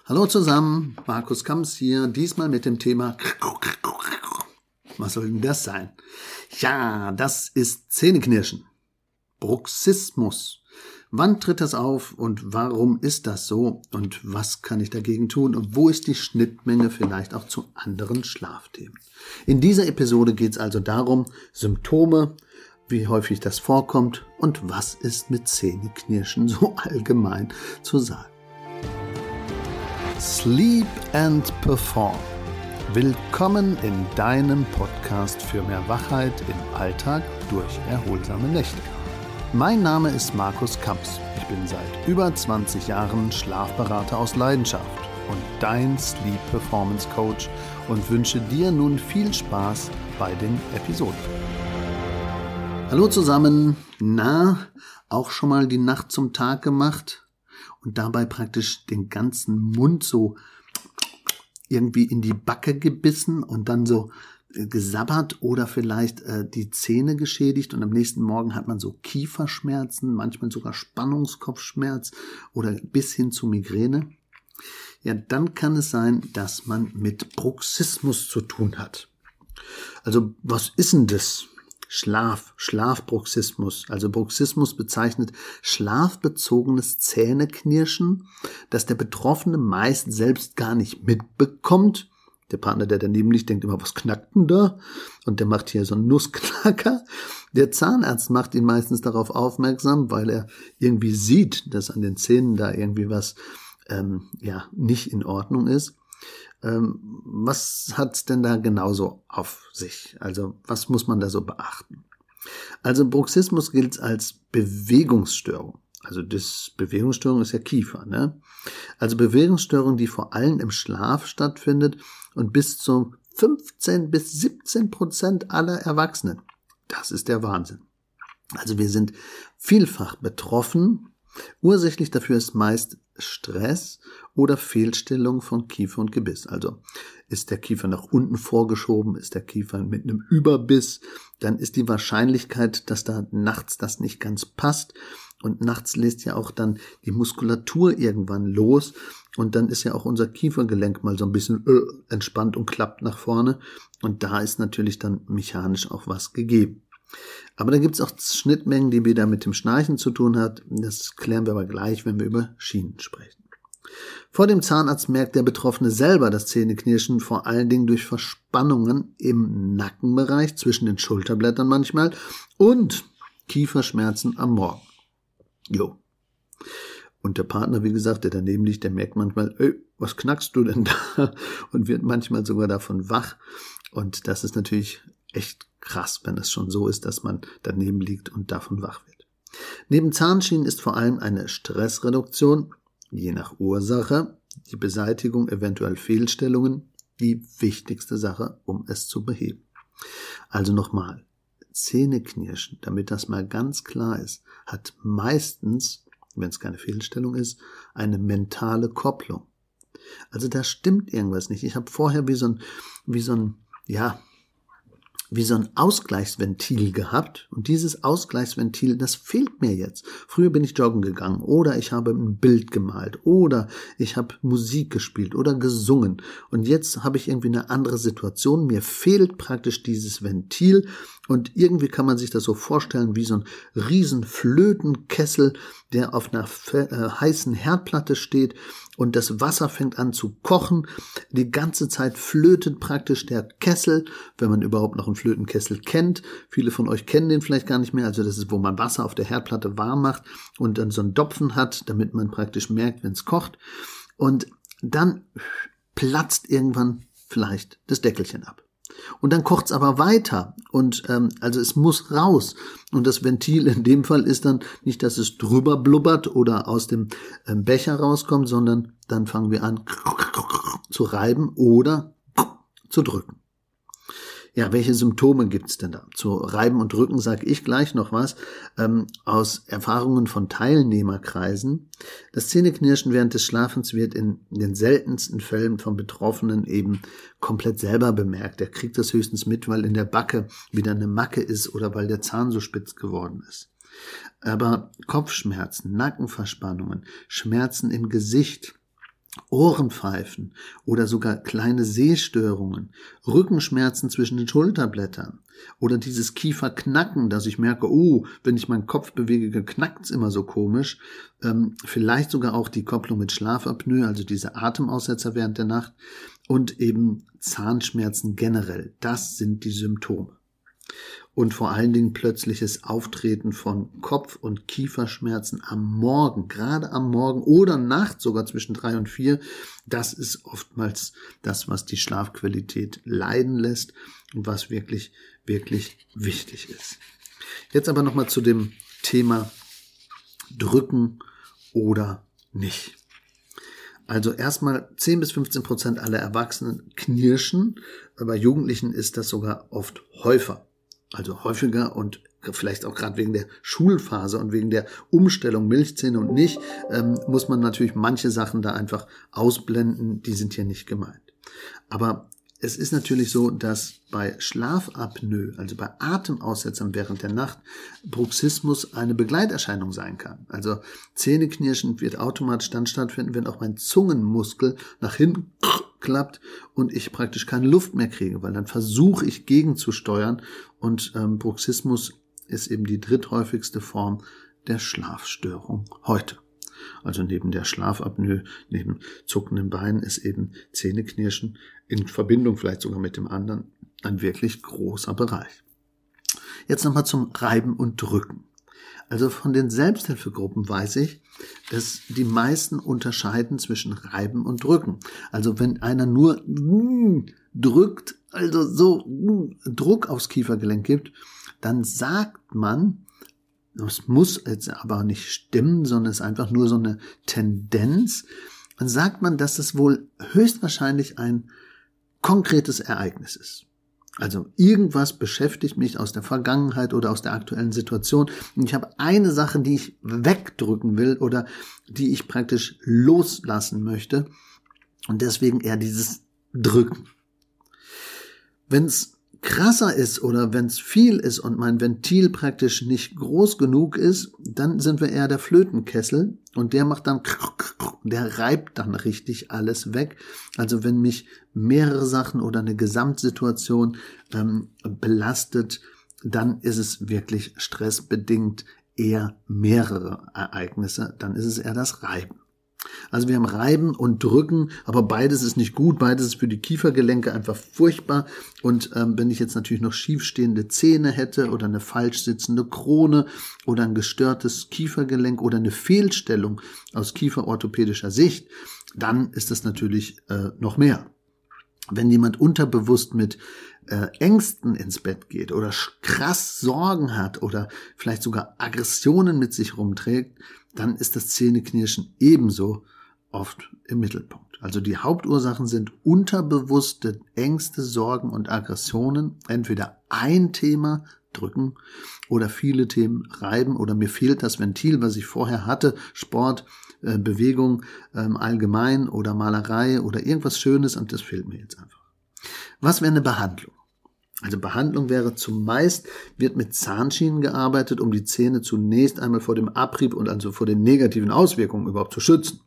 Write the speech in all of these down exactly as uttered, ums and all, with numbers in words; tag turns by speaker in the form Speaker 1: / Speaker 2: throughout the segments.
Speaker 1: Hallo zusammen, Markus Kamps hier, diesmal mit dem Thema, was soll denn das sein? Ja, das ist Zähneknirschen. Bruxismus. Wann tritt das auf und warum ist das so und was kann ich dagegen tun und wo ist die Schnittmenge vielleicht auch zu anderen Schlafthemen? In dieser Episode geht es also darum, Symptome, wie häufig das vorkommt und was ist mit Zähneknirschen so allgemein zu sagen. Sleep and Perform. Willkommen in deinem Podcast für mehr Wachheit im Alltag durch erholsame Nächte. Mein Name ist Markus Kamps. Ich bin seit über zwanzig Jahren Schlafberater aus Leidenschaft und dein Sleep Performance Coach und wünsche dir nun viel Spaß bei den Episoden. Hallo zusammen. Na, auch schon mal die Nacht zum Tag gemacht? Und dabei praktisch den ganzen Mund so irgendwie in die Backe gebissen und dann so gesabbert oder vielleicht äh, die Zähne geschädigt und am nächsten Morgen hat man so Kieferschmerzen, manchmal sogar Spannungskopfschmerz oder bis hin zu Migräne. Ja, dann kann es sein, dass man mit Bruxismus zu tun hat. Also was ist denn das? Schlaf, Schlafbruxismus. Also Bruxismus bezeichnet schlafbezogenes Zähneknirschen, das der Betroffene meist selbst gar nicht mitbekommt. Der Partner, der daneben liegt, denkt immer, was knackt denn da? Und der macht hier so einen Nussknacker. Der Zahnarzt macht ihn meistens darauf aufmerksam, weil er irgendwie sieht, dass an den Zähnen da irgendwie was ähm, ja nicht in Ordnung ist. Ähm, was hat's denn da genauso auf sich? Also was muss man da so beachten? Also Bruxismus gilt als Bewegungsstörung. Also das Bewegungsstörung ist ja Kiefer, ne? Also Bewegungsstörung, die vor allem im Schlaf stattfindet und bis zu fünfzehn bis siebzehn Prozent aller Erwachsenen. Das ist der Wahnsinn. Also wir sind vielfach betroffen. Ursächlich dafür ist meist Stress oder Fehlstellung von Kiefer und Gebiss. Also ist der Kiefer nach unten vorgeschoben, ist der Kiefer mit einem Überbiss, dann ist die Wahrscheinlichkeit, dass da nachts das nicht ganz passt und nachts lässt ja auch dann die Muskulatur irgendwann los und dann ist ja auch unser Kiefergelenk mal so ein bisschen äh, entspannt und klappt nach vorne und da ist natürlich dann mechanisch auch was gegeben. Aber da gibt es auch Schnittmengen, die wieder mit dem Schnarchen zu tun hat. Das klären wir aber gleich, wenn wir über Schienen sprechen. Vor dem Zahnarzt merkt der Betroffene selber das Zähneknirschen vor allen Dingen durch Verspannungen im Nackenbereich, zwischen den Schulterblättern manchmal und Kieferschmerzen am Morgen. Jo. Und der Partner, wie gesagt, der daneben liegt, der merkt manchmal, ey, was knackst du denn da? Und wird manchmal sogar davon wach. Und das ist natürlich echt krass, wenn es schon so ist, dass man daneben liegt und davon wach wird. Neben Zahnschienen ist vor allem eine Stressreduktion, je nach Ursache, die Beseitigung eventuell Fehlstellungen, die wichtigste Sache, um es zu beheben. Also nochmal, Zähneknirschen, damit das mal ganz klar ist, hat meistens, wenn es keine Fehlstellung ist, eine mentale Kopplung. Also da stimmt irgendwas nicht. Ich habe vorher wie so ein, wie so ein, ja, wie so ein Ausgleichsventil gehabt und dieses Ausgleichsventil, das fehlt mir jetzt. Früher bin ich joggen gegangen oder ich habe ein Bild gemalt oder ich habe Musik gespielt oder gesungen und jetzt habe ich irgendwie eine andere Situation. Mir fehlt praktisch dieses Ventil und irgendwie kann man sich das so vorstellen wie so ein riesen Flötenkessel, der auf einer äh, heißen Herdplatte steht und das Wasser fängt an zu kochen. Die ganze Zeit flötet praktisch der Kessel, wenn man überhaupt noch einen Flötenkessel kennt. Viele von euch kennen den vielleicht gar nicht mehr. Also das ist, wo man Wasser auf der Herdplatte warm macht und dann so einen Dopfen hat, damit man praktisch merkt, wenn es kocht. Und dann platzt irgendwann vielleicht das Deckelchen ab. Und dann kocht's aber weiter und ähm, also es muss raus und das Ventil in dem Fall ist dann nicht, dass es drüber blubbert oder aus dem ähm, Becher rauskommt, sondern dann fangen wir an zu reiben oder zu drücken. Ja, welche Symptome gibt's denn da? Zu Reiben und Drücken sage ich gleich noch was. Ähm, aus Erfahrungen von Teilnehmerkreisen. Das Zähneknirschen während des Schlafens wird in den seltensten Fällen von Betroffenen eben komplett selber bemerkt. Er kriegt das höchstens mit, weil in der Backe wieder eine Macke ist oder weil der Zahn so spitz geworden ist. Aber Kopfschmerzen, Nackenverspannungen, Schmerzen im Gesicht, Ohrenpfeifen oder sogar kleine Sehstörungen, Rückenschmerzen zwischen den Schulterblättern oder dieses Kieferknacken, dass ich merke, oh, wenn ich meinen Kopf bewege, knackt es immer so komisch. Ähm, vielleicht sogar auch die Kopplung mit Schlafapnoe, also diese Atemaussetzer während der Nacht und eben Zahnschmerzen generell. Das sind die Symptome. Und vor allen Dingen plötzliches Auftreten von Kopf- und Kieferschmerzen am Morgen, gerade am Morgen oder Nacht, sogar zwischen drei und vier. Das ist oftmals das, was die Schlafqualität leiden lässt und was wirklich, wirklich wichtig ist. Jetzt aber nochmal zu dem Thema Drücken oder nicht. Also erstmal zehn bis fünfzehn Prozent aller Erwachsenen knirschen, bei Jugendlichen ist das sogar oft häufiger. Also häufiger und vielleicht auch gerade wegen der Schulphase und wegen der Umstellung Milchzähne und nicht, ähm, muss man natürlich manche Sachen da einfach ausblenden, die sind hier nicht gemeint. Aber es ist natürlich so, dass bei Schlafapnoe, also bei Atemaussetzern während der Nacht, Bruxismus eine Begleiterscheinung sein kann. Also Zähneknirschen wird automatisch dann stattfinden, wenn auch mein Zungenmuskel nach hinten klappt und ich praktisch keine Luft mehr kriege, weil dann versuche ich gegenzusteuern und ähm, Bruxismus ist eben die dritthäufigste Form der Schlafstörung heute. Also neben der Schlafapnoe, neben zuckenden Beinen ist eben Zähneknirschen in Verbindung vielleicht sogar mit dem anderen ein wirklich großer Bereich. Jetzt nochmal zum Reiben und Drücken. Also von den Selbsthilfegruppen weiß ich, dass die meisten unterscheiden zwischen Reiben und Drücken. Also wenn einer nur drückt, also so Druck aufs Kiefergelenk gibt, dann sagt man, das muss jetzt aber nicht stimmen, sondern es ist einfach nur so eine Tendenz. Dann sagt man, dass es wohl höchstwahrscheinlich ein konkretes Ereignis ist. Also irgendwas beschäftigt mich aus der Vergangenheit oder aus der aktuellen Situation. Und ich habe eine Sache, die ich wegdrücken will oder die ich praktisch loslassen möchte. Und deswegen eher dieses Drücken. Wenn es krasser ist oder wenn es viel ist und mein Ventil praktisch nicht groß genug ist, dann sind wir eher der Flötenkessel und der macht dann, der reibt dann richtig alles weg. Also wenn mich mehrere Sachen oder eine Gesamtsituation ähm, belastet, dann ist es wirklich stressbedingt eher mehrere Ereignisse, dann ist es eher das Reiben. Also wir haben Reiben und Drücken, aber beides ist nicht gut, beides ist für die Kiefergelenke einfach furchtbar und ähm, wenn ich jetzt natürlich noch schiefstehende Zähne hätte oder eine falsch sitzende Krone oder ein gestörtes Kiefergelenk oder eine Fehlstellung aus kieferorthopädischer Sicht, dann ist das natürlich äh, noch mehr. Wenn jemand unterbewusst mit äh, Ängsten ins Bett geht oder krass Sorgen hat oder vielleicht sogar Aggressionen mit sich rumträgt, dann ist das Zähneknirschen ebenso oft im Mittelpunkt. Also die Hauptursachen sind unterbewusste Ängste, Sorgen und Aggressionen. Entweder ein Thema, Drücken, oder viele Themen, Reiben, oder mir fehlt das Ventil, was ich vorher hatte, Sport, äh, Bewegung ähm, allgemein oder Malerei oder irgendwas Schönes und das fehlt mir jetzt einfach. Was wäre eine Behandlung? Also Behandlung wäre zumeist, wird mit Zahnschienen gearbeitet, um die Zähne zunächst einmal vor dem Abrieb und also vor den negativen Auswirkungen überhaupt zu schützen.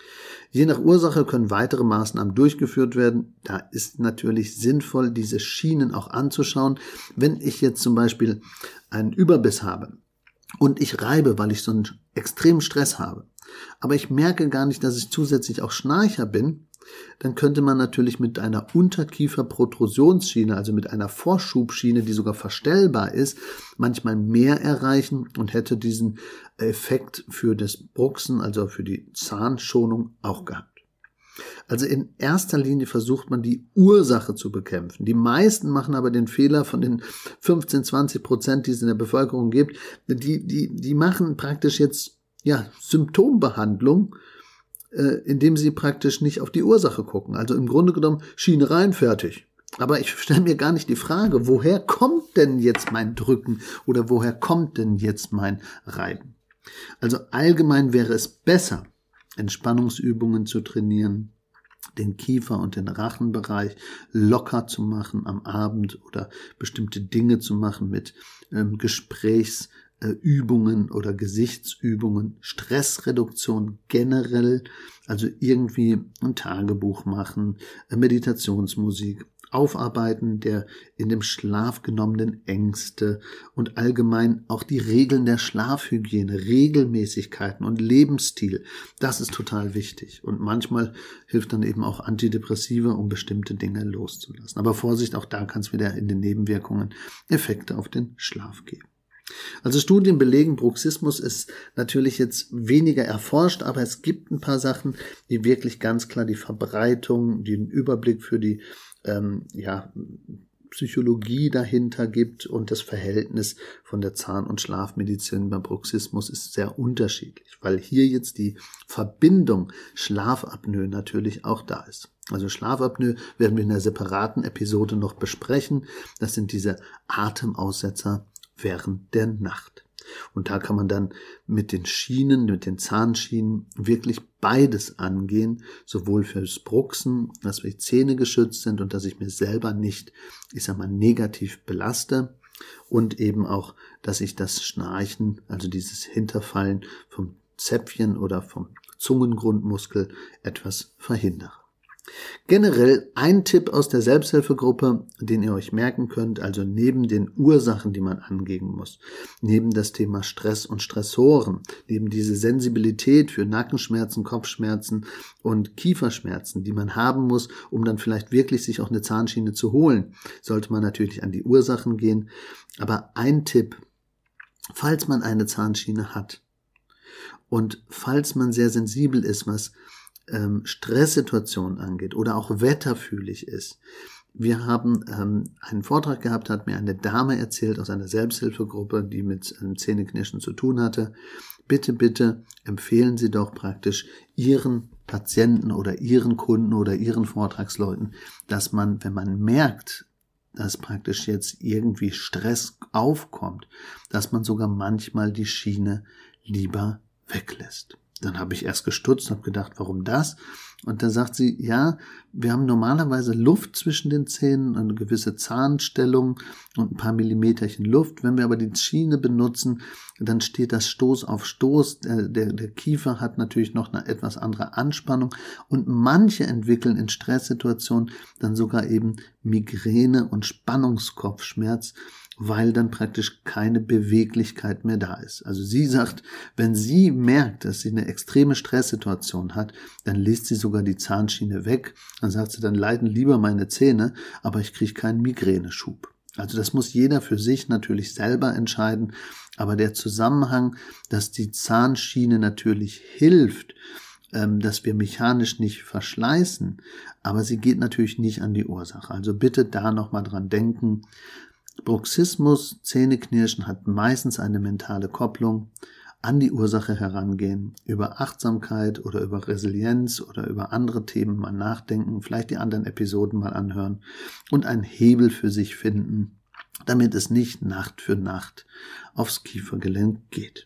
Speaker 1: Je nach Ursache können weitere Maßnahmen durchgeführt werden. Da ist natürlich sinnvoll, diese Schienen auch anzuschauen. Wenn ich jetzt zum Beispiel einen Überbiss habe und ich reibe, weil ich so einen extremen Stress habe, aber ich merke gar nicht, dass ich zusätzlich auch Schnarcher bin, dann könnte man natürlich mit einer Unterkieferprotrusionsschiene, also mit einer Vorschubschiene, die sogar verstellbar ist, manchmal mehr erreichen und hätte diesen Effekt für das Bruxen, also für die Zahnschonung auch gehabt. Also in erster Linie versucht man die Ursache zu bekämpfen. Die meisten machen aber den Fehler von den fünfzehn, zwanzig Prozent, die es in der Bevölkerung gibt, die, die, die machen praktisch jetzt ja Symptombehandlung, indem sie praktisch nicht auf die Ursache gucken. Also im Grunde genommen Schiene rein, fertig. Aber ich stelle mir gar nicht die Frage, woher kommt denn jetzt mein Drücken oder woher kommt denn jetzt mein Reiben? Also allgemein wäre es besser, Entspannungsübungen zu trainieren, den Kiefer- und den Rachenbereich locker zu machen am Abend oder bestimmte Dinge zu machen mit ähm, Gesprächs Übungen oder Gesichtsübungen, Stressreduktion generell, also irgendwie ein Tagebuch machen, Meditationsmusik, Aufarbeiten der in dem Schlaf genommenen Ängste und allgemein auch die Regeln der Schlafhygiene, Regelmäßigkeiten und Lebensstil. Das ist total wichtig. Und manchmal hilft dann eben auch Antidepressiva, um bestimmte Dinge loszulassen. Aber Vorsicht, auch da kann es wieder in den Nebenwirkungen Effekte auf den Schlaf geben. Also Studien belegen, Bruxismus ist natürlich jetzt weniger erforscht, aber es gibt ein paar Sachen, die wirklich ganz klar die Verbreitung, den Überblick für die ähm, ja, Psychologie dahinter gibt, und das Verhältnis von der Zahn- und Schlafmedizin beim Bruxismus ist sehr unterschiedlich, weil hier jetzt die Verbindung Schlafapnoe natürlich auch da ist. Also Schlafapnoe werden wir in einer separaten Episode noch besprechen. Das sind diese Atemaussetzer während der Nacht. Und da kann man dann mit den Schienen, mit den Zahnschienen wirklich beides angehen, sowohl fürs Bruxen, dass die Zähne geschützt sind und dass ich mir selber nicht, ich sag mal, negativ belaste, und eben auch, dass ich das Schnarchen, also dieses Hinterfallen vom Zäpfchen oder vom Zungengrundmuskel etwas verhindere. Generell ein Tipp aus der Selbsthilfegruppe, den ihr euch merken könnt, also neben den Ursachen, die man angehen muss, neben das Thema Stress und Stressoren, neben diese Sensibilität für Nackenschmerzen, Kopfschmerzen und Kieferschmerzen, die man haben muss, um dann vielleicht wirklich sich auch eine Zahnschiene zu holen, sollte man natürlich an die Ursachen gehen. Aber ein Tipp, falls man eine Zahnschiene hat und falls man sehr sensibel ist, was Ähm, Stresssituationen angeht oder auch wetterfühlig ist. Wir haben ähm, einen Vortrag gehabt, hat mir eine Dame erzählt aus einer Selbsthilfegruppe, die mit ähm, Zähneknirschen zu tun hatte. Bitte, bitte empfehlen Sie doch praktisch Ihren Patienten oder Ihren Kunden oder Ihren Vortragsleuten, dass man, wenn man merkt, dass praktisch jetzt irgendwie Stress aufkommt, dass man sogar manchmal die Schiene lieber weglässt. Dann habe ich erst gestutzt und habe gedacht, warum das? Und dann sagt sie, ja, wir haben normalerweise Luft zwischen den Zähnen, eine gewisse Zahnstellung und ein paar Millimeterchen Luft. Wenn wir aber die Schiene benutzen, dann steht das Stoß auf Stoß. Der, der, der Kiefer hat natürlich noch eine etwas andere Anspannung, und manche entwickeln in Stresssituationen dann sogar eben Migräne und Spannungskopfschmerz, weil dann praktisch keine Beweglichkeit mehr da ist. Also sie sagt, wenn sie merkt, dass sie eine extreme Stresssituation hat, dann lässt sie sogar die Zahnschiene weg. Dann sagt sie, dann leiden lieber meine Zähne, aber ich kriege keinen Migräneschub. Also das muss jeder für sich natürlich selber entscheiden. Aber der Zusammenhang, dass die Zahnschiene natürlich hilft, dass wir mechanisch nicht verschleißen, aber sie geht natürlich nicht an die Ursache. Also bitte da nochmal dran denken. Bruxismus, Zähneknirschen hat meistens eine mentale Kopplung. An die Ursache herangehen, über Achtsamkeit oder über Resilienz oder über andere Themen mal nachdenken, vielleicht die anderen Episoden mal anhören und einen Hebel für sich finden, damit es nicht Nacht für Nacht aufs Kiefergelenk geht.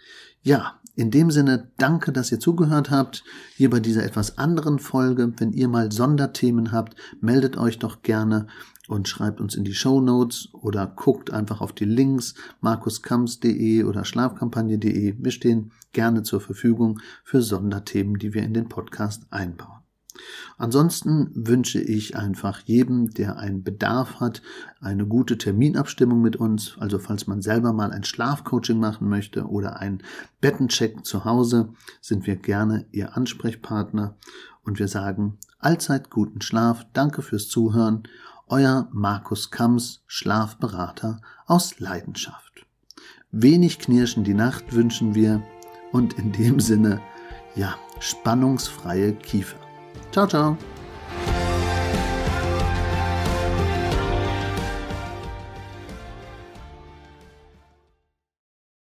Speaker 1: Ja, in dem Sinne, danke, dass ihr zugehört habt, hier bei dieser etwas anderen Folge. Wenn ihr mal Sonderthemen habt, meldet euch doch gerne und schreibt uns in die Shownotes oder guckt einfach auf die Links markuskamps punkt de oder schlafkampagne punkt de. Wir stehen gerne zur Verfügung für Sonderthemen, die wir in den Podcast einbauen. Ansonsten wünsche ich einfach jedem, der einen Bedarf hat, eine gute Terminabstimmung mit uns. Also falls man selber mal ein Schlafcoaching machen möchte oder einen Bettencheck zu Hause, sind wir gerne Ihr Ansprechpartner. Und wir sagen allzeit guten Schlaf. Danke fürs Zuhören. Euer Markus Kamps, Schlafberater aus Leidenschaft. Wenig Knirschen die Nacht wünschen wir und in dem Sinne, ja, spannungsfreie Kiefer. Ciao, ciao.